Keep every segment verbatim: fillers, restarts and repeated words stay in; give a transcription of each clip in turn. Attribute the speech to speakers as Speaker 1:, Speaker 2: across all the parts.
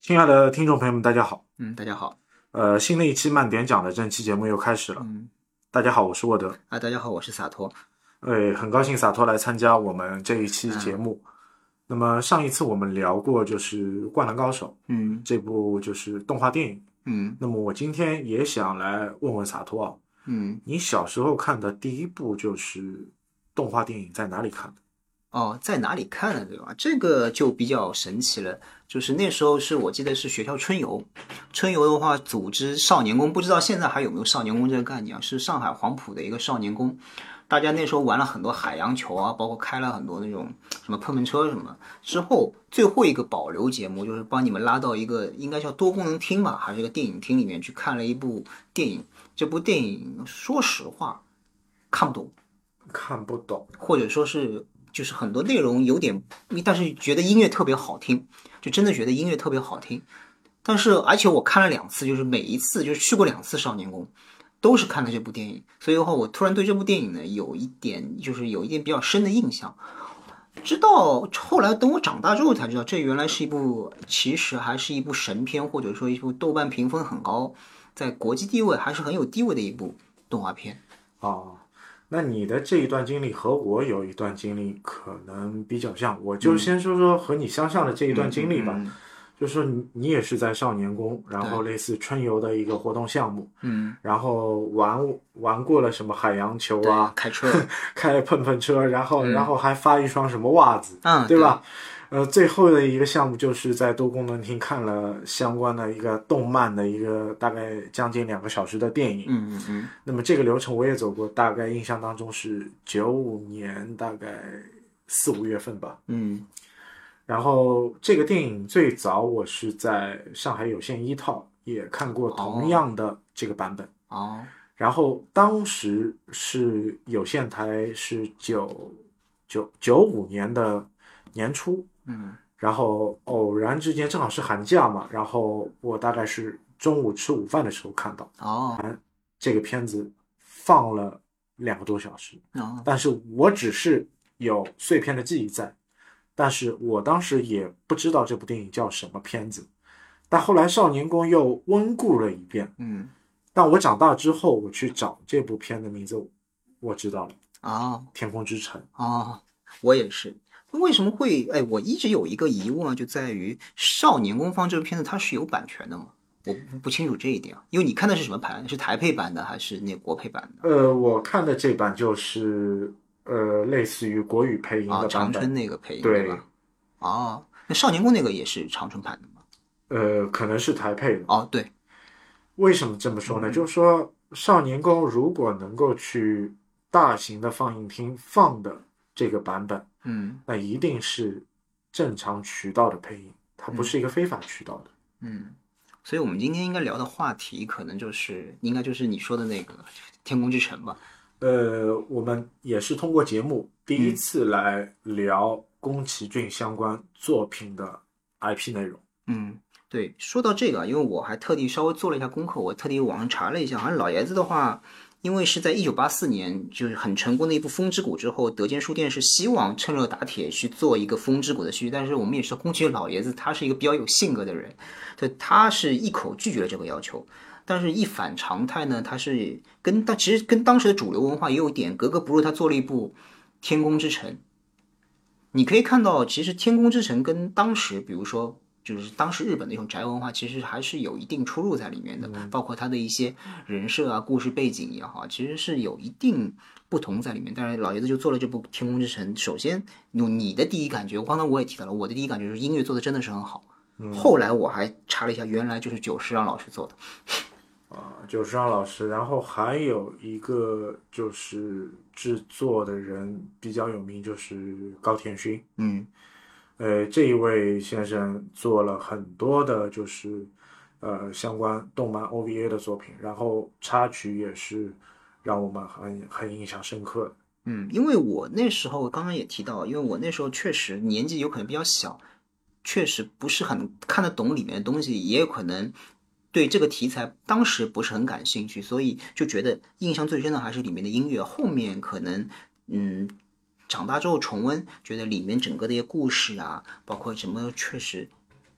Speaker 1: 亲爱的听众朋友们，大家好。
Speaker 2: 嗯，大家好。
Speaker 1: 呃，新的一期慢点讲的这期节目又开始了。
Speaker 2: 嗯
Speaker 1: 大家好，我是沃德。
Speaker 2: 啊，大家好，我是洒脱。
Speaker 1: 呃，很高兴洒脱来参加我们这一期节
Speaker 2: 嗯
Speaker 1: 目。那么上一次我们聊过就是《灌篮高手》
Speaker 2: 嗯
Speaker 1: 这部就是动画电影。
Speaker 2: 嗯
Speaker 1: 那么我今天也想来问问洒脱啊，
Speaker 2: 嗯。
Speaker 1: 你小时候看的第一部就是动画电影在哪里看的？
Speaker 2: 哦，在哪里看的，对吧？这个就比较神奇了。就是那时候是我记得是学校春游，春游的话组织少年宫，不知道现在还有没有少年宫这个概念啊？是上海黄埔的一个少年宫。大家那时候玩了很多海洋球啊，包括开了很多那种什么碰碰车什么。之后最后一个保留节目就是帮你们拉到一个应该叫多功能厅吧，还是一个电影厅里面去看了一部电影。这部电影说实话看不懂，
Speaker 1: 看不懂。
Speaker 2: 或者说是就是很多内容有点，但是觉得音乐特别好听，就真的觉得音乐特别好听。但是而且我看了两次，就是每一次就是去过两次少年宫，都是看的这部电影，所以的话我突然对这部电影呢有一点就是有一点比较深的印象。直到后来等我长大之后才知道，这原来是一部其实还是一部神片，或者说一部豆瓣评分很高，在国际地位还是很有地位的一部动画片。
Speaker 1: 哦，那你的这一段经历和我有一段经历可能比较像，我就先说说和你相像的这一段经历吧。
Speaker 2: 嗯嗯嗯
Speaker 1: 就是说你你也是在少年宫，然后
Speaker 2: 对
Speaker 1: 类似春游的一个活动项目，
Speaker 2: 嗯，
Speaker 1: 然后玩玩过了什么海洋球
Speaker 2: 对，
Speaker 1: 啊，
Speaker 2: 开车。
Speaker 1: 开碰碰车，然后、然后还发一双什么袜子，
Speaker 2: 嗯，
Speaker 1: 对吧？呃，最后的一个项目就是在多功能厅看了相关的一个动漫的一个大概将近两个小时的电影。
Speaker 2: 嗯嗯嗯。
Speaker 1: 那么这个流程我也走过，大概印象当中是九五年大概四五月份吧。
Speaker 2: 嗯
Speaker 1: 然后这个电影最早我是在上海有线一套也看过同样的这个版本。
Speaker 2: 哦。
Speaker 1: 然后当时是有线台是九九九五年的年初。
Speaker 2: 嗯
Speaker 1: 然后偶然之间正好是寒假嘛，然后我大概是中午吃午饭的时候看到
Speaker 2: 哦
Speaker 1: 这个片子放了两个多小时，
Speaker 2: 哦。
Speaker 1: 但是我只是有碎片的记忆在，但是我当时也不知道这部电影叫什么片子，但后来少年宫又温故了一遍。
Speaker 2: 嗯。
Speaker 1: 但我长大之后我去找这部片的名字，我知道了，
Speaker 2: 哦
Speaker 1: 天空之城。
Speaker 2: 哦，我也是。为什么会？哎，我一直有一个疑问啊，就在于《少年宫方》这个片子它是有版权的吗？我不不清楚这一点啊，因为你看的是什么版？是台配版的还是那国配版的？
Speaker 1: 呃，我看的这版就是呃类似于国语配音
Speaker 2: 啊，
Speaker 1: 的版本。
Speaker 2: 长春那个配音
Speaker 1: 对
Speaker 2: 吧？哦，那少年宫那个也是长春版的吗？
Speaker 1: 呃，可能是台配的。
Speaker 2: 哦，对。
Speaker 1: 为什么这么说呢？就是说少年宫如果能够去大型的放映厅放的这个版本，
Speaker 2: 嗯
Speaker 1: 那一定是正常渠道的配音，它不是一个非法渠道的。
Speaker 2: 嗯。所以我们今天应该聊的话题，可能就是应该就是你说的那个天空之城吧。
Speaker 1: 呃，我们也是通过节目第一次来聊宫崎骏相关作品的 I P 内容。
Speaker 2: 嗯，对，说到这个，因为我还特地稍微做了一下功课，我特地网上查了一下，好像老爷子的话，因为是在一九八四年就是很成功的一部《风之谷》之后，德间书店是希望趁热打铁去做一个《风之谷》的续集，但是我们也知道宫崎骏老爷子他是一个比较有性格的人，对，他是一口拒绝了这个要求。但是，一反常态呢，他是跟他其实跟当时的主流文化也有点格格不入。他做了一部《天空之城》，你可以看到，其实《天空之城》跟当时，比如说，就是当时日本的一种宅文化，其实还是有一定出入在里面的，包括它的一些人设啊、故事背景也好，其实是有一定不同在里面。但是老爷子就做了这部《天空之城》，首先，你的第一感觉，刚才我也提到了，我的第一感觉是音乐做的真的是很好。后来我还查了一下，原来就是久石让老师做的。
Speaker 1: 啊，久石让老师，然后还有一个就是制作的人比较有名，就是高田勋。
Speaker 2: 嗯
Speaker 1: 呃，这一位先生做了很多的，就是呃相关动漫 O V A 的作品，然后插曲也是让我们很很印象深刻的。
Speaker 2: 嗯，因为我那时候刚刚也提到，因为我那时候确实年纪有可能比较小，确实不是很看得懂里面的东西，也有可能对这个题材当时不是很感兴趣，所以就觉得印象最深的还是里面的音乐。后面可能嗯长大之后重温，觉得里面整个的一些故事啊，包括什么确实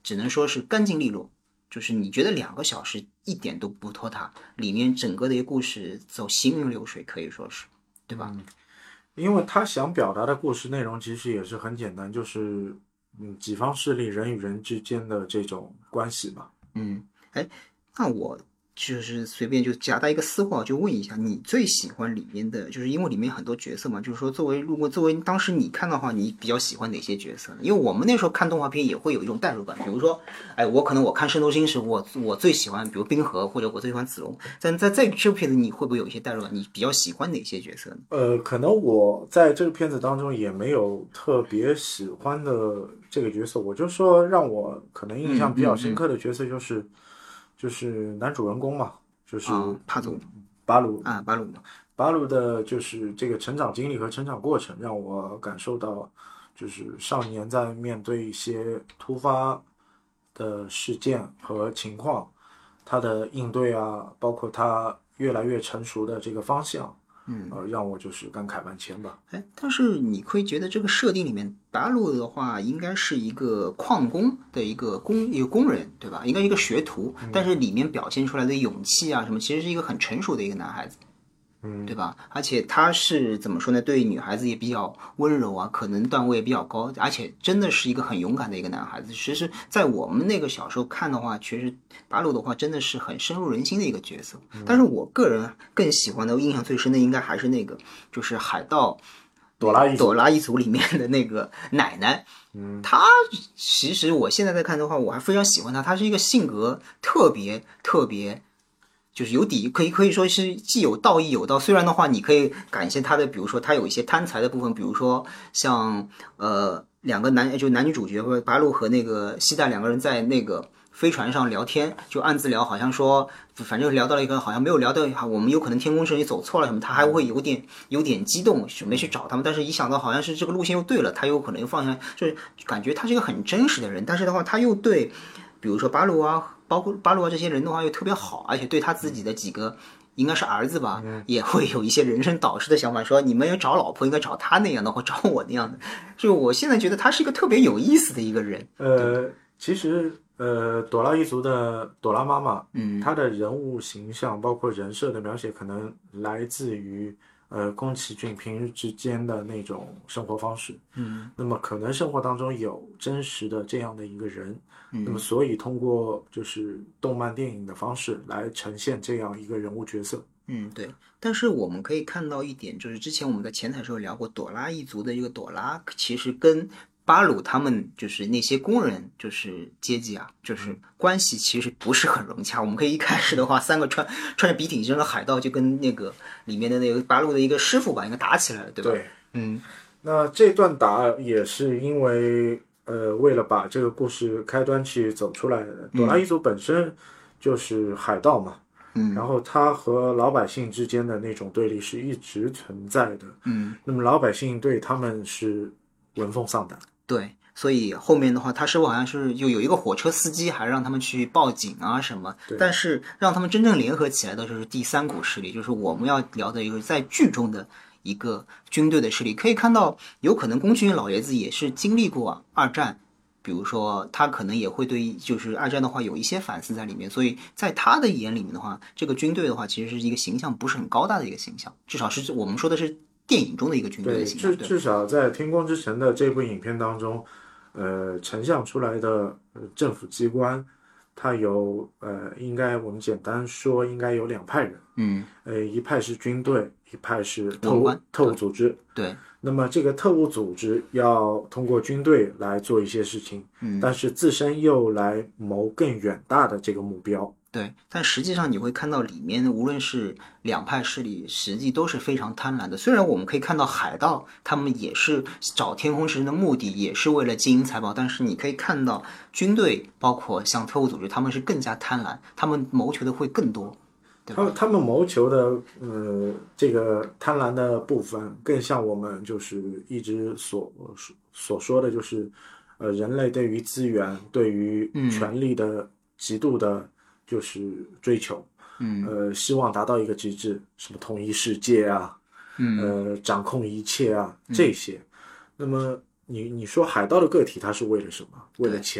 Speaker 2: 只能说是干净利落，就是你觉得两个小时一点都不拖沓，里面整个的一个故事走行云流水，可以说是，对吧？
Speaker 1: 嗯，因为他想表达的故事内容其实也是很简单，就是嗯几方势力人与人之间的这种关系嘛。
Speaker 2: 嗯，哎，那我就是随便就夹带一个私货，就问一下，你最喜欢里面的，就是因为里面很多角色嘛，就是说作为如果作为当时你看的话，你比较喜欢哪些角色呢？因为我们那时候看动画片也会有一种代入感，比如说，哎，我可能我看《圣斗士星矢》，我我最喜欢，比如冰河，或者我最喜欢子龙，但在在这部片子你会不会有一些代入感？你比较喜欢哪些角色呢？
Speaker 1: 呃，可能我在这个片子当中也没有特别喜欢的这个角色，我就说让我可能印象比较深刻的角色就是就是男主人公嘛，就是
Speaker 2: 啊，帕祖
Speaker 1: 巴鲁
Speaker 2: 啊，巴鲁，
Speaker 1: 巴鲁的就是这个成长经历和成长过程，让我感受到，就是少年在面对一些突发的事件和情况，他的应对啊，包括他越来越成熟的这个方向，
Speaker 2: 嗯，
Speaker 1: 呃，让我就是感慨万千吧。
Speaker 2: 哎，但是你会觉得这个设定里面，达鲁的话应该是一个矿工的一个工一个工人，对吧？应该是一个学徒，但是里面表现出来的勇气啊什么，其实是一个很成熟的一个男孩子。对吧？而且他是怎么说呢？对女孩子也比较温柔啊，可能段位也比较高，而且真的是一个很勇敢的一个男孩子。其实，在我们那个小时候看的话，其实巴鲁的话真的是很深入人心的一个角色。但是我个人更喜欢的、印象最深的应该还是那个，就是海盗
Speaker 1: 朵拉一族
Speaker 2: 朵拉一族里面的那个奶奶。
Speaker 1: 嗯，
Speaker 2: 她其实我现在在看的话，我还非常喜欢她。她是一个性格特别特别。就是有底，可以可以说是既有道义有道。虽然的话，你可以感谢他的，比如说他有一些贪财的部分，比如说像呃两个男就男女主角或者八路和那个西代两个人在那个飞船上聊天，就暗自聊，好像说反正聊到了一个好像没有聊到，我们有可能天空之城走错了什么，他还会有点有点激动，准备去找他们，但是一想到好像是这个路线又对了，他有可能又放下，就是感觉他是一个很真实的人，但是的话他又对，比如说八路啊。包括巴鲁啊这些人的话又特别好，而且对他自己的几个应该是儿子吧，也会有一些人生导师的想法，说你们要找老婆应该找他那样的，或找我那样的。就我现在觉得他是一个特别有意思的一个人。
Speaker 1: 呃，其实呃，朵拉一族的朵拉妈妈，
Speaker 2: 嗯，
Speaker 1: 她的人物形象包括人设的描写，可能来自于呃宫崎骏平日之间的那种生活方式。
Speaker 2: 嗯，
Speaker 1: 那么可能生活当中有真实的这样的一个人，
Speaker 2: 嗯，
Speaker 1: 那么所以通过就是动漫电影的方式来呈现这样一个人物角色。
Speaker 2: 嗯，对。但是我们可以看到一点，就是之前我们在前台时候聊过，朵拉一族的一个朵拉，其实跟巴鲁他们就是那些工人，就是阶级啊，就是关系其实不是很融洽。我们可以一开始的话，三个穿穿着笔挺身的海盗就跟那个里面的那个巴鲁的一个师傅吧，应该打起来了，对吧？
Speaker 1: 对，
Speaker 2: 嗯，
Speaker 1: 那这段打也是因为呃，为了把这个故事开端去走出来的。朵拉一族本身就是海盗嘛，
Speaker 2: 嗯，
Speaker 1: 然后他和老百姓之间的那种对立是一直存在的。
Speaker 2: 嗯，
Speaker 1: 那么老百姓对他们是闻风丧胆。
Speaker 2: 对。所以后面的话，他师傅好像是就有一个火车司机，还让他们去报警啊什么。但是让他们真正联合起来的就是第三股势力，就是我们要聊的一个在剧中的一个军队的势力。可以看到，有可能宫崎骏老爷子也是经历过二战，比如说他可能也会对就是二战的话有一些反思在里面，所以在他的眼里面的话，这个军队的话其实是一个形象不是很高大的一个形象，至少是我们说的是电影中的一个军队的形象。
Speaker 1: 至至少在《天空之城》的这部影片当中，呃，呈现出来的政府机关，它有呃，应该我们简单说，应该有两派人。
Speaker 2: 嗯，
Speaker 1: 呃，一派是军队，一派是特务
Speaker 2: 文官
Speaker 1: 特务组织。
Speaker 2: 对。
Speaker 1: 那么这个特务组织要通过军队来做一些事情，
Speaker 2: 嗯，
Speaker 1: 但是自身又来谋更远大的这个目标。
Speaker 2: 对，但实际上你会看到里面，无论是两派势力，实际都是非常贪婪的。虽然我们可以看到海盗他们也是找天空之城的目的，也是为了金银财宝，但是你可以看到军队，包括像特务组织，他们是更加贪婪，他们谋求的会更多。
Speaker 1: 他们他们谋求的呃这个贪婪的部分，更像我们就是一直所所说的，就是呃人类对于资源、对于权力的极度的，就是追求，
Speaker 2: 嗯，
Speaker 1: 呃，希望达到一个极致，什么统一世界啊，
Speaker 2: 嗯，
Speaker 1: 呃，掌控一切啊，这些。那么你你说海盗的个体，他是为了什么？为了钱。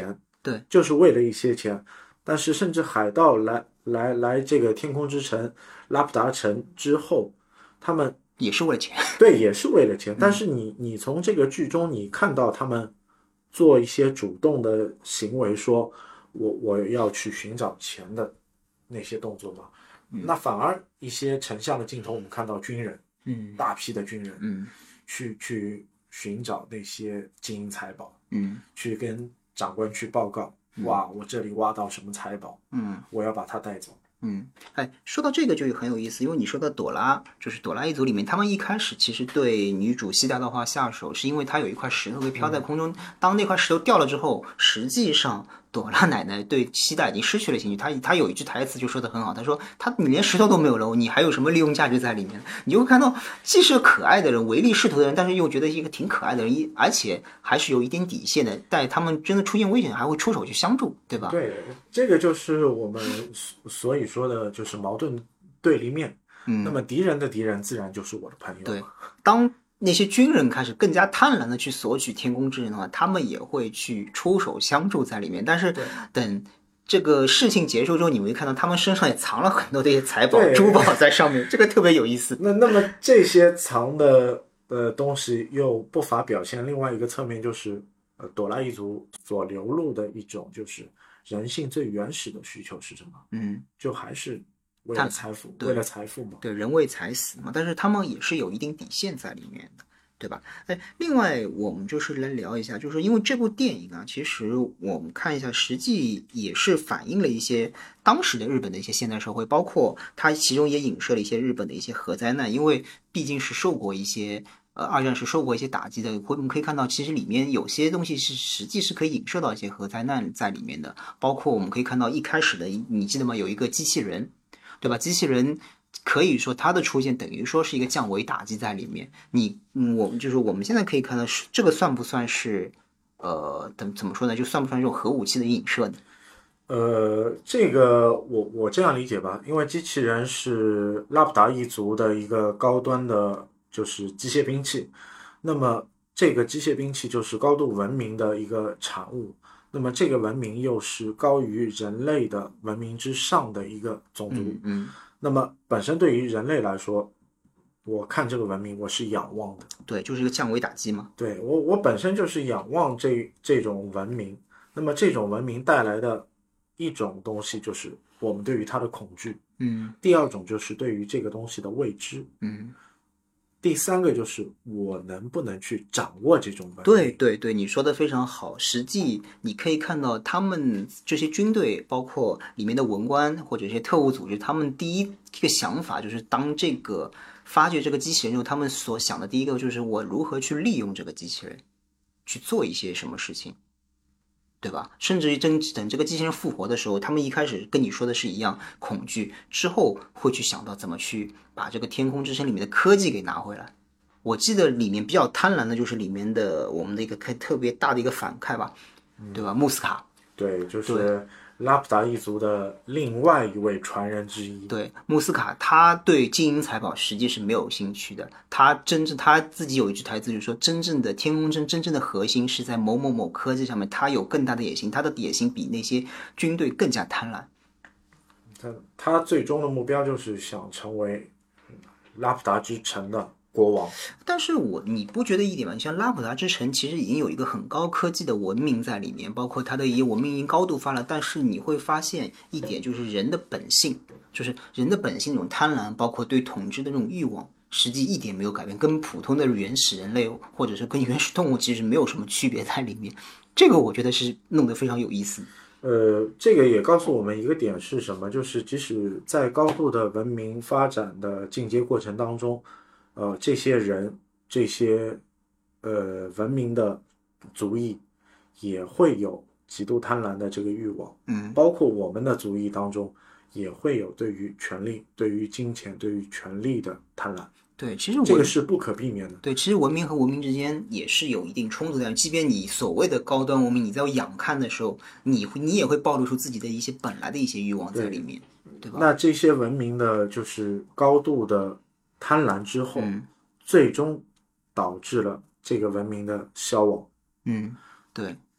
Speaker 2: 对，
Speaker 1: 就是为了一些钱。但是甚至海盗来来来这个天空之城拉普达城之后，他们
Speaker 2: 也是为了钱。
Speaker 1: 对也是为了钱。但是你你从这个剧中你看到他们做一些主动的行为，说我我要去寻找钱的那些动作嘛，那反而一些丞相的镜头，我们看到军人，
Speaker 2: 嗯，
Speaker 1: 大批的军人，
Speaker 2: 嗯，
Speaker 1: 去去寻找那些金银财宝，
Speaker 2: 嗯，
Speaker 1: 去跟长官去报告，哇，我这里挖到什么财宝，
Speaker 2: 嗯，
Speaker 1: 我要把它带走。
Speaker 2: 嗯，哎，说到这个就很有意思，因为你说到朵拉，就是朵拉一族里面，他们一开始其实对女主西达的话下手，是因为她有一块石头会飘在空中，当那块石头掉了之后，实际上朵拉奶奶对西达已经失去了兴趣。她她有一句台词就说的很好，她说：她你连石头都没有了，你还有什么利用价值在里面？你就会看到，既是可爱的人，唯利是图的人，但是又觉得一个挺可爱的人，一而且还是有一点底线的，在他们真的出现危险，还会出手去相助，对吧？
Speaker 1: 对，这个就是我们所以说的，就是矛盾对立面。嗯，那么敌人的敌人自然就是我的朋友。
Speaker 2: 对，当那些军人开始更加贪婪的去索取天宫之人的话，他们也会去出手相助在里面。但是等这个事情结束之后，你会看到他们身上也藏了很多这些财宝、珠宝在上面，这个特别有意思。
Speaker 1: 那那么这些藏的呃东西又不乏表现另外一个侧面，就是呃朵拉一族所流露的一种就是人性最原始的需求是什么？
Speaker 2: 嗯，
Speaker 1: 就还是为了财富，为了财富嘛。
Speaker 2: 对，人为财死嘛，但是他们也是有一定底线在里面的。对吧？哎，另外我们就是来聊一下，就是因为这部电影啊，其实我们看一下，实际也是反映了一些当时的日本的一些现代社会，包括它其中也影射了一些日本的一些核灾难，因为毕竟是受过一些呃二战时受过一些打击的，我们可以看到，其实里面有些东西是实际是可以影射到一些核灾难在里面的，包括我们可以看到一开始的，你记得吗？有一个机器人，对吧？机器人。可以说它的出现等于说是一个降维打击在里面。你，嗯，我们就是我们现在可以看到，这个算不算是，呃，怎怎么说呢？就算不算这种核武器的影射呢？
Speaker 1: 呃，这个我我这样理解吧，因为机器人是拉普达一族的一个高端的，就是机械兵器。那么这个机械兵器就是高度文明的一个产物。那么这个文明又是高于人类的文明之上的一个种族。
Speaker 2: 嗯。嗯，
Speaker 1: 那么本身对于人类来说，我看这个文明我是仰望的。
Speaker 2: 对，就是一个降维打击嘛。
Speaker 1: 对，我我本身就是仰望这这种文明。那么这种文明带来的一种东西就是我们对于它的恐惧。
Speaker 2: 嗯。
Speaker 1: 第二种就是对于这个东西的未知。
Speaker 2: 嗯。
Speaker 1: 第三个就是我能不能去掌握这种文明。
Speaker 2: 对对对，你说的非常好。实际你可以看到，他们这些军队，包括里面的文官或者一些特务组织，他们第一个想法就是，当这个发掘这个机器人之后，他们所想的第一个就是我如何去利用这个机器人，去做一些什么事情。对吧？甚至于等等这个机器人复活的时候，他们一开始跟你说的是一样恐惧，之后会去想到怎么去把这个天空之城里面的科技给拿回来。我记得里面比较贪婪的就是里面的我们的一个特别大的一个反派吧，对吧？穆斯卡。
Speaker 1: 对，就是拉普达一族的另外一位传人之一。
Speaker 2: 对，穆斯卡他对金银财宝实际是没有兴趣的，他真正他自己有一句台词就是说，真正的天空针真正的核心是在某某某科技上面，他有更大的野心，他的野心比那些军队更加贪婪。
Speaker 1: 他他最终的目标就是想成为拉普达之城的国王。
Speaker 2: 但是我你不觉得一点吗？你像拉普达之城其实已经有一个很高科技的文明在里面，包括它的一些文明已经高度发达，但是你会发现一点，就是人的本性，就是人的本性那种贪婪，包括对统治的那种欲望，实际一点没有改变，跟普通的原始人类或者是跟原始动物其实没有什么区别在里面。这个我觉得是弄得非常有意思。
Speaker 1: 呃，这个也告诉我们一个点是什么？就是即使在高度的文明发展的进阶过程当中，呃，这些人这些呃文明的族裔也会有极度贪婪的这个欲望。
Speaker 2: 嗯，
Speaker 1: 包括我们的族裔当中也会有对于权力、对于金钱、对于权力的贪婪。
Speaker 2: 对，其实我
Speaker 1: 这个是不可避免的。
Speaker 2: 对，其实文明和文明之间也是有一定冲突的。即便你所谓的高端文明，你在仰看的时候，你你也会暴露出自己的一些本来的一些欲望在里面， 对, 对吧？
Speaker 1: 那这些文明的就是高度的贪婪之后，
Speaker 2: 嗯，
Speaker 1: 最终导致了这个文明的消亡。
Speaker 2: 嗯，对。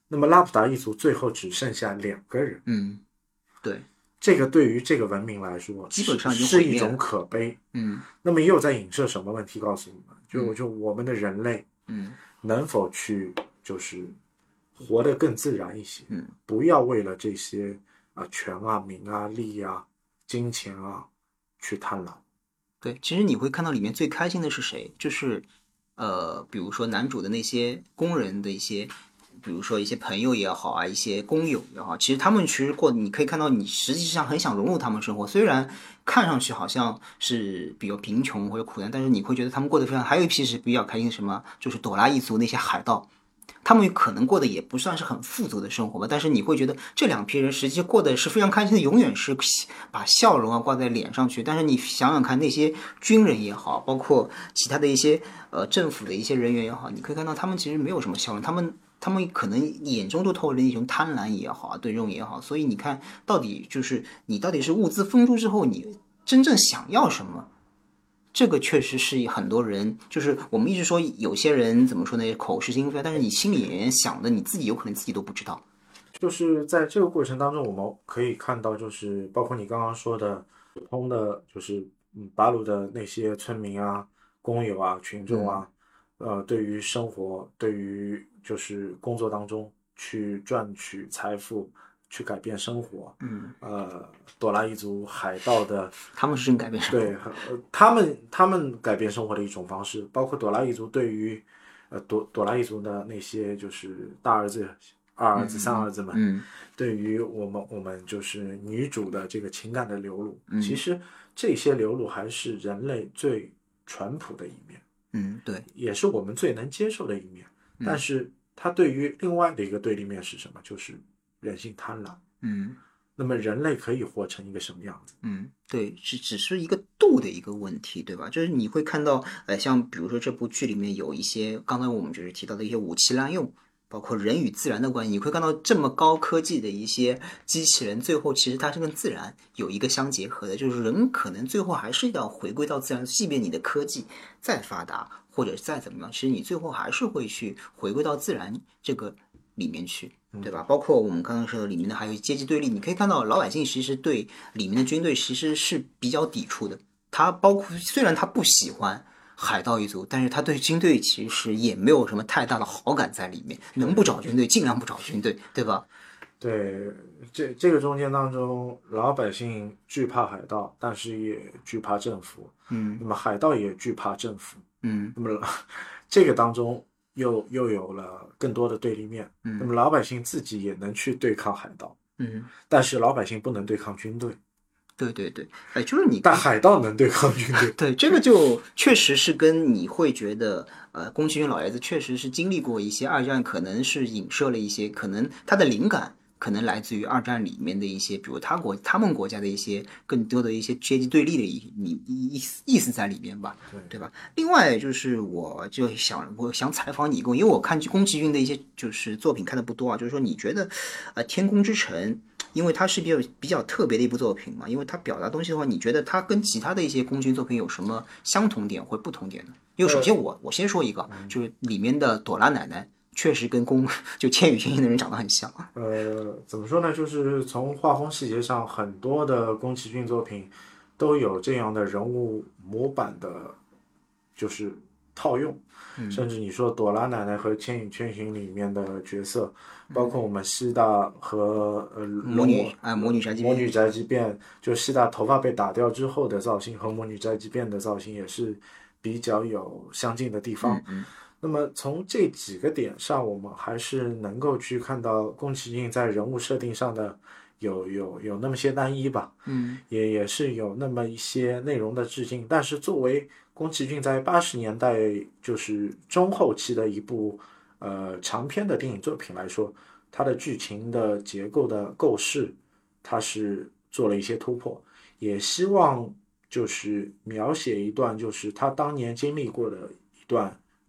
Speaker 1: 那么拉普达一族最后只剩下两个人，
Speaker 2: 嗯，对，
Speaker 1: 这个对于这个文明来说，
Speaker 2: 基本上已经
Speaker 1: 是一种
Speaker 2: 毁灭了。
Speaker 1: 可悲。
Speaker 2: 嗯
Speaker 1: 那么又在影射什么问题？告诉你们，就
Speaker 2: 嗯
Speaker 1: 就我们的人类
Speaker 2: 嗯
Speaker 1: 能否去就是活得更自然一些，
Speaker 2: 嗯
Speaker 1: 不要为了这些啊、权啊、名啊、利啊、金钱啊去贪婪。
Speaker 2: 对，其实你会看到里面最开心的是谁？就是呃，比如说男主的那些工人的一些，比如说一些朋友也好啊，一些工友也好，其实他们其实过，你可以看到你实际上很想融入他们生活，虽然看上去好像是比较贫穷或者苦难，但是你会觉得他们过得非常。还有一批是比较开心的，什么？就是朵拉一族那些海盗。他们可能过得也不算是很富足的生活吧，但是你会觉得这两批人实际过得是非常开心的，永远是把笑容啊挂在脸上去。但是你想想看，那些军人也好，包括其他的一些呃政府的一些人员也好，你可以看到他们其实没有什么笑容，他们他们可能眼中都透着一种贪婪也好啊，对这种也好。所以你看到底就是你到底是物资丰足之后，你真正想要什么？这个确实是很多人，就是我们一直说有些人怎么说呢，口是心非，但是你心里面想的，你自己有可能自己都不知道。
Speaker 1: 就是在这个过程当中，我们可以看到，就是包括你刚刚说的普通的，就是嗯，巴鲁的那些村民啊、工友啊、群众啊，呃，对于生活，对于就是工作当中去赚取财富，去改变生活，
Speaker 2: 嗯，
Speaker 1: 呃，朵拉一族海盗的。
Speaker 2: 他们是真改变生活。
Speaker 1: 对，呃，他们他们改变生活的一种方式，包括朵拉一族对于，呃，朵朵拉一族的那些就是大儿子、二儿子、三儿子们，
Speaker 2: 嗯
Speaker 1: 对于我们我们就是女主的这个情感的流露，
Speaker 2: 嗯
Speaker 1: 其实这些流露还是人类最淳朴的一面，
Speaker 2: 嗯，对，
Speaker 1: 也是我们最能接受的一面。但是它对于另外的一个对立面是什么？就是人性贪婪。
Speaker 2: 嗯
Speaker 1: 那么人类可以活成一个什么样子？
Speaker 2: 嗯，对，只只是一个度的一个问题，对吧？就是你会看到，呃，像比如说这部剧里面有一些，刚才我们就是提到的一些武器滥用，包括人与自然的关系，你会看到这么高科技的一些机器人，最后其实它是跟自然有一个相结合的，就是人可能最后还是要回归到自然，即便你的科技再发达或者再怎么样，其实你最后还是会去回归到自然这个里面去。对吧？包括我们刚刚说的里面的还有阶级对立，你可以看到老百姓其实对里面的军队其实是比较抵触的。他包括虽然他不喜欢海盗一族，但是他对军队其实也没有什么太大的好感在里面。能不找军队尽量不找军队，对吧？
Speaker 1: 对，这这个中间当中，老百姓惧怕海盗，但是也惧怕政府。
Speaker 2: 嗯
Speaker 1: 那么海盗也惧怕政府。
Speaker 2: 嗯
Speaker 1: 那么这个当中又又有了更多的对立面。那么老百姓自己也能去对抗海盗，
Speaker 2: 嗯，
Speaker 1: 但是老百姓不能对抗军队。
Speaker 2: 对对对，哎，就是你
Speaker 1: 但海盗能对抗军队。
Speaker 2: 对，这个就确实是跟你会觉得，呃，宫崎骏老爷子确实是经历过一些二战，可能是影射了一些，可能他的灵感可能来自于二战里面的一些，比如他国他们国家的一些更多的一些阶级对立的意意意意思在里面吧，
Speaker 1: 对
Speaker 2: 对吧？另外就是我就想我想采访你一个，因为我看宫崎骏的一些就是作品看的不多啊，就是说你觉得，呃，《天空之城》。因为它是比较比较特别的一部作品嘛，因为它表达东西的话，你觉得它跟其他的一些宫崎骏作品有什么相同点或者不同点呢？因为首先我我先说一个，就是里面的朵拉奶奶确实跟宫就《千与千寻》的人长得很像。
Speaker 1: 呃，怎么说呢？就是从画风细节上，很多的宫崎骏作品都有这样的人物模板的，就是套用。甚至你说朵拉奶奶和《千与千寻》里面的角色，包括我们西大和呃
Speaker 2: 魔女哎，魔女宅急便，
Speaker 1: 魔女宅急便，就西大头发被打掉之后的造型和魔女宅急便的造型也是比较有相近的地方。
Speaker 2: 嗯
Speaker 1: 那么从这几个点上，我们还是能够去看到宫崎骏在人物设定上的有有有那么些单一吧，
Speaker 2: 嗯
Speaker 1: 也也是有那么一些内容的致敬。但是作为宫崎骏在八十年代就是中后期的一部呃长篇的电影作品来说，它的剧情的结构的构式，它是做了一些突破，也希望就是描写一段就是他当年经历过的一段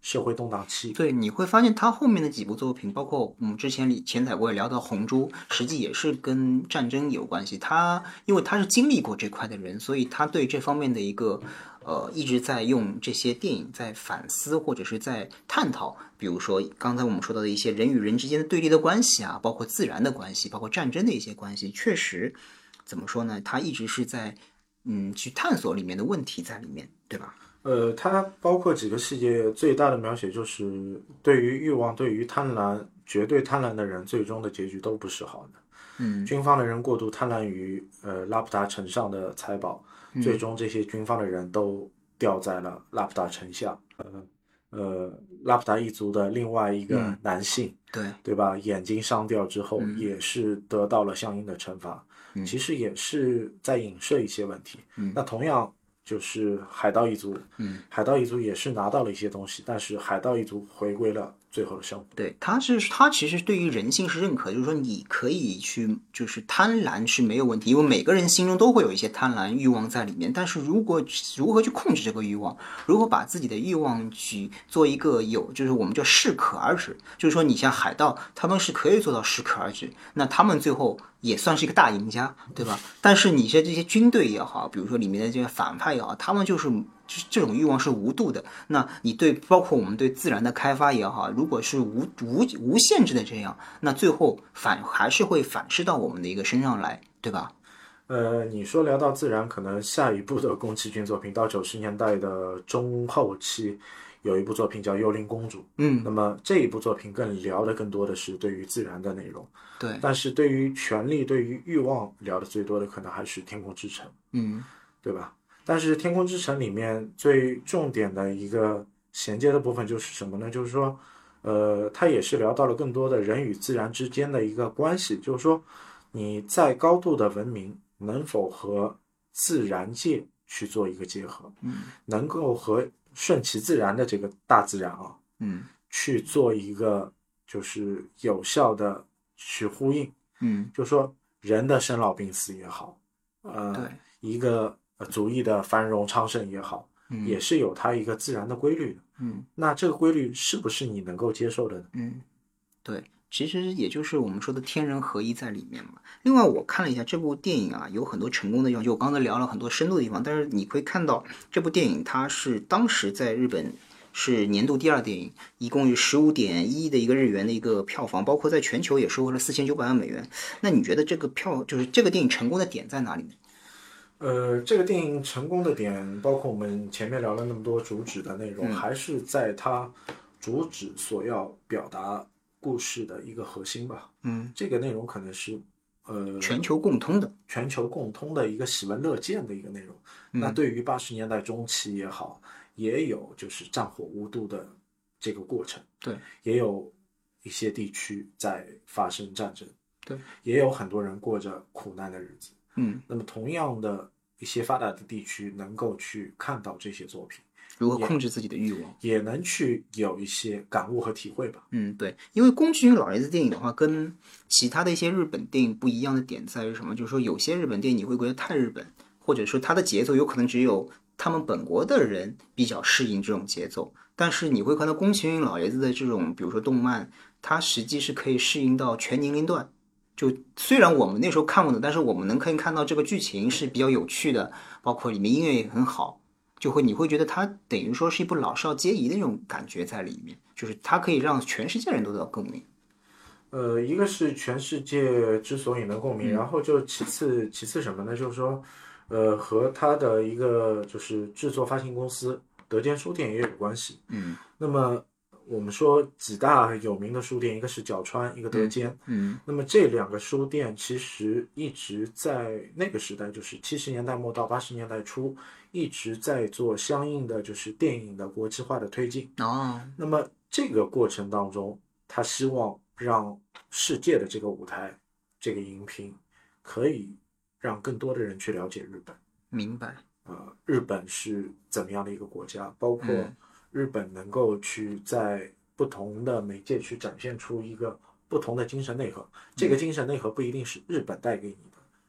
Speaker 1: 社会动荡期。
Speaker 2: 对，你会发现他后面的几部作品，包括我们之前里前载过也聊到《红猪》，实际也是跟战争有关系。他因为他是经历过这块的人，所以他对这方面的一个呃一直在用这些电影在反思或者是在探讨。比如说刚才我们说到的一些人与人之间的对立的关系啊，包括自然的关系，包括战争的一些关系，确实怎么说呢？他一直是在嗯去探索里面的问题在里面，对吧？
Speaker 1: 呃，它包括几个细节，最大的描写就是对于欲望、对于贪婪，绝对贪婪的人，最终的结局都不是好的。
Speaker 2: 嗯
Speaker 1: 军方的人过度贪婪于呃拉普达城上的财宝，最终这些军方的人都掉在了拉普达城下。呃呃，拉普达一族的另外一个男性，
Speaker 2: 对
Speaker 1: 对吧？眼睛伤掉之后，也是得到了相应的惩罚。其实也是在影射一些问题。那同样就是海盗一族，海盗一族也是拿到了一些东西，但是海盗一族回归了最后的生活。
Speaker 2: 对，他是他其实对于人性是认可，就是说你可以去，就是贪婪是没有问题，因为每个人心中都会有一些贪婪欲望在里面。但是如果如何去控制这个欲望，如何把自己的欲望去做一个有，就是我们叫适可而止，就是说你像海盗，他们是可以做到适可而止，那他们最后也算是一个大赢家，对吧？但是你像这些军队也好，比如说里面的这些反派也好，他们就是这种欲望是无度的。那你对包括我们对自然的开发也好，如果是无无无限制的这样，那最后反还是会反噬到我们的一个身上来，对吧？
Speaker 1: 呃，你说聊到自然，可能下一部的宫崎骏作品到九十年代的中后期，有一部作品叫《幽灵公主》。
Speaker 2: 嗯，
Speaker 1: 那么这一部作品更聊的更多的是对于自然的内容。
Speaker 2: 对，
Speaker 1: 但是对于权力、对于欲望聊的最多的，可能还是《天空之城》，
Speaker 2: 嗯，
Speaker 1: 对吧？但是《天空之城》里面最重点的一个衔接的部分就是什么呢？就是说，呃，它也是聊到了更多的人与自然之间的一个关系，就是说，你在高度的文明能否和自然界去做一个结合，
Speaker 2: 嗯，
Speaker 1: 能够和顺其自然的这个大自然啊，
Speaker 2: 嗯，
Speaker 1: 去做一个就是有效的去呼应，
Speaker 2: 嗯，
Speaker 1: 就说人的生老病死也好，
Speaker 2: 对，
Speaker 1: 呃，一个呃族裔的繁荣昌盛也好，
Speaker 2: 嗯，
Speaker 1: 也是有它一个自然的规律的。
Speaker 2: 嗯，
Speaker 1: 那这个规律是不是你能够接受的呢？
Speaker 2: 嗯。对，其实也就是我们说的天人合一在里面嘛。另外，我看了一下这部电影啊，有很多成功的地方，就我刚才聊了很多深度的地方，但是你会看到这部电影它是当时在日本是年度第二电影，一共有十五点一亿的一个日元的一个票房，包括在全球也收获了四千九百万美元。那你觉得这个票就是这个电影成功的点在哪里呢？
Speaker 1: 呃，这个电影成功的点，包括我们前面聊了那么多主旨的内容，
Speaker 2: 嗯
Speaker 1: 还是在它主旨所要表达故事的一个核心吧。
Speaker 2: 嗯，
Speaker 1: 这个内容可能是呃
Speaker 2: 全球共通的。
Speaker 1: 全球共通的一个喜闻乐见的一个内容。那对于八十年代中期也好，也有就是战火无度的这个过程，
Speaker 2: 对
Speaker 1: 也有一些地区在发生战争，
Speaker 2: 对，
Speaker 1: 也有很多人过着苦难的日子。
Speaker 2: 嗯，
Speaker 1: 那么同样的一些发达的地区能够去看到这些作品，
Speaker 2: 如何控制自己的欲望？
Speaker 1: 也能去有一些感悟和体会吧。
Speaker 2: 嗯，对，因为宫崎骏老爷子电影的话，跟其他的一些日本电影不一样的点在于什么？就是说，有些日本电影你会觉得太日本，或者说它的节奏有可能只有他们本国的人比较适应这种节奏，但是你会看到宫崎骏老爷子的这种，比如说动漫，它实际是可以适应到全年龄段。就虽然我们那时候看不懂，但是我们能可以看到这个剧情是比较有趣的，包括里面音乐也很好，就会你会觉得它等于说是一部老少皆宜的那种感觉在里面，就是它可以让全世界人都得到共鸣。
Speaker 1: 呃，一个是全世界之所以能共
Speaker 2: 嗯
Speaker 1: 鸣，然后就其次其次什么呢？就是说，呃，和它的一个就是制作发行公司德间书店也有关系。
Speaker 2: 嗯
Speaker 1: 那么我们说几大有名的书店，一个是角川，一个德间。
Speaker 2: 嗯
Speaker 1: 那么这两个书店其实一直在那个时代，就是七十年代末到八十年代初，一直在做相应的就是电影的国际化的推进。
Speaker 2: 哦，
Speaker 1: 那么这个过程当中，他希望让世界的这个舞台，这个荧屏，可以让更多的人去了解日本。
Speaker 2: 明白。
Speaker 1: 呃，日本是怎么样的一个国家，包括日本能够去在不同的媒介去展现出一个不同的精神内核。这个精神内核不一定是日本带给你的，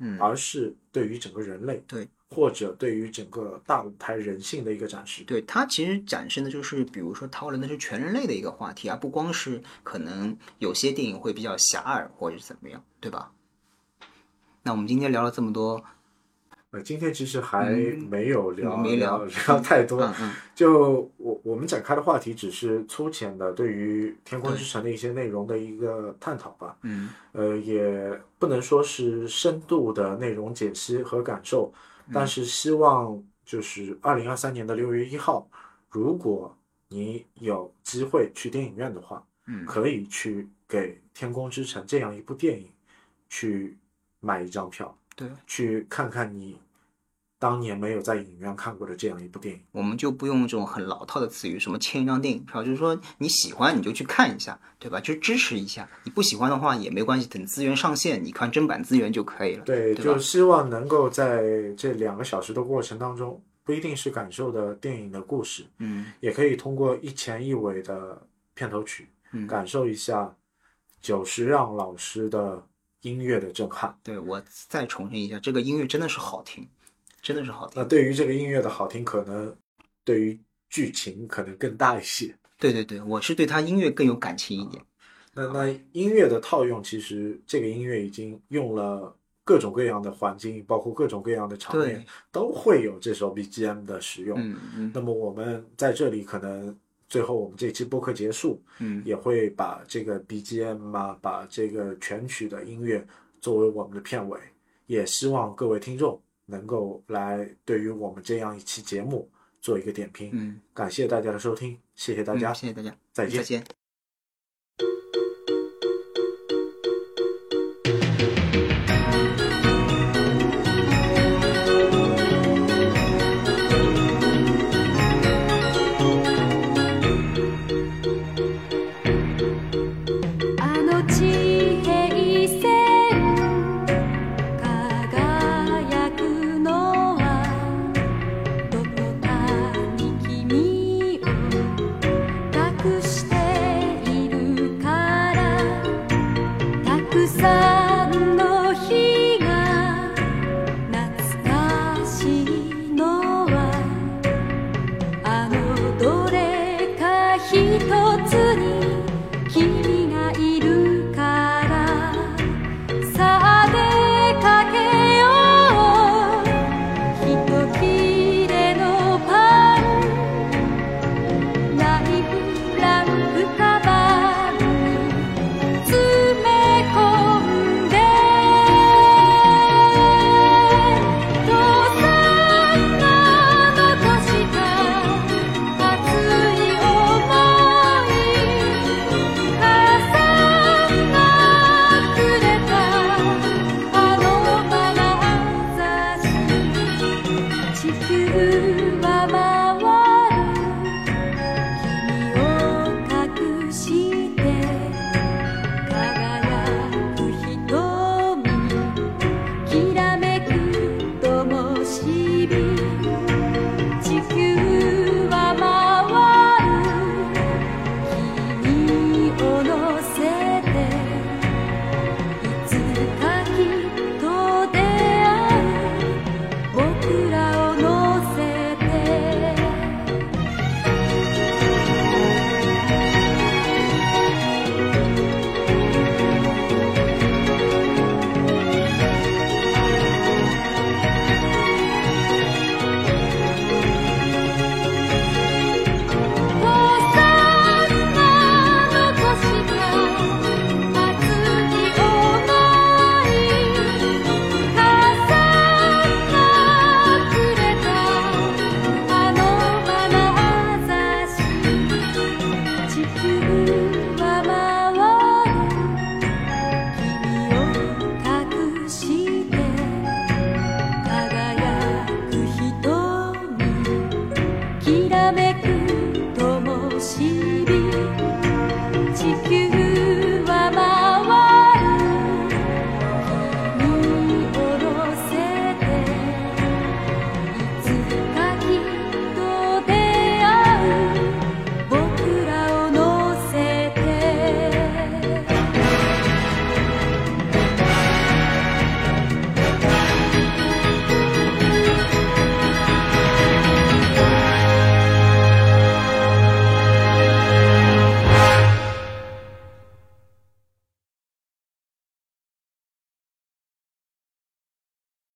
Speaker 2: 嗯，
Speaker 1: 而是对于整个人类，
Speaker 2: 对。
Speaker 1: 或者对于整个大舞台人性的一个展示。
Speaker 2: 对，它其实展示的就是，比如说讨论的是全人类的一个话题，而不光是可能有些电影会比较狭隘或者是怎么样，对吧？那我们今天聊了这么多。
Speaker 1: 呃，今天其实还
Speaker 2: 嗯，
Speaker 1: 没有聊
Speaker 2: 没聊，
Speaker 1: 聊聊太多，
Speaker 2: 嗯嗯，
Speaker 1: 就我我们展开的话题只是粗浅的对于《天空之
Speaker 2: 对，
Speaker 1: 城》的一些内容的一个探讨吧，
Speaker 2: 嗯
Speaker 1: 呃，也不能说是深度的内容解析和感受，但
Speaker 2: 嗯
Speaker 1: 是希望就是二零二三年的六月一号，如果你有机会去电影院的话，
Speaker 2: 嗯，
Speaker 1: 可以去给《天空之城》这样一部电影去买一张票。
Speaker 2: 对，
Speaker 1: 去看看你当年没有在影院看过的这样一部电影。
Speaker 2: 我们就不用这种很老套的词语，什么签一张电影票，就是说你喜欢你就去看一下，对吧？就支持一下。你不喜欢的话也没关系，等资源上线，你看正版资源就可以了，
Speaker 1: 对，
Speaker 2: 对吧？
Speaker 1: 就希望能够在这两个小时的过程当中，不一定是感受的电影的故事，
Speaker 2: 嗯
Speaker 1: 也可以通过一前一尾的片头曲，
Speaker 2: 嗯，
Speaker 1: 感受一下久石让老师的音乐的震撼。
Speaker 2: 对，我再重申一下，这个音乐真的是好听，真的是好听。
Speaker 1: 那对于这个音乐的好听，可能对于剧情可能更大一些。
Speaker 2: 对对对，我是对他音乐更有感情一点。
Speaker 1: 那那音乐的套用，其实这个音乐已经用了各种各样的环境，包括各种各样的场面，
Speaker 2: 对，
Speaker 1: 都会有这首 B G M 的使用。
Speaker 2: 嗯嗯
Speaker 1: 那么我们在这里可能最后我们这期播客结束，
Speaker 2: 嗯，
Speaker 1: 也会把这个 B G M 啊，把这个全曲的音乐作为我们的片尾，也希望各位听众能够来对于我们这样一期节目做一个点评。
Speaker 2: 嗯
Speaker 1: 感谢大家的收听，谢谢大
Speaker 2: 嗯，
Speaker 1: 家，
Speaker 2: 谢谢大家，
Speaker 1: 再见。
Speaker 2: 再见。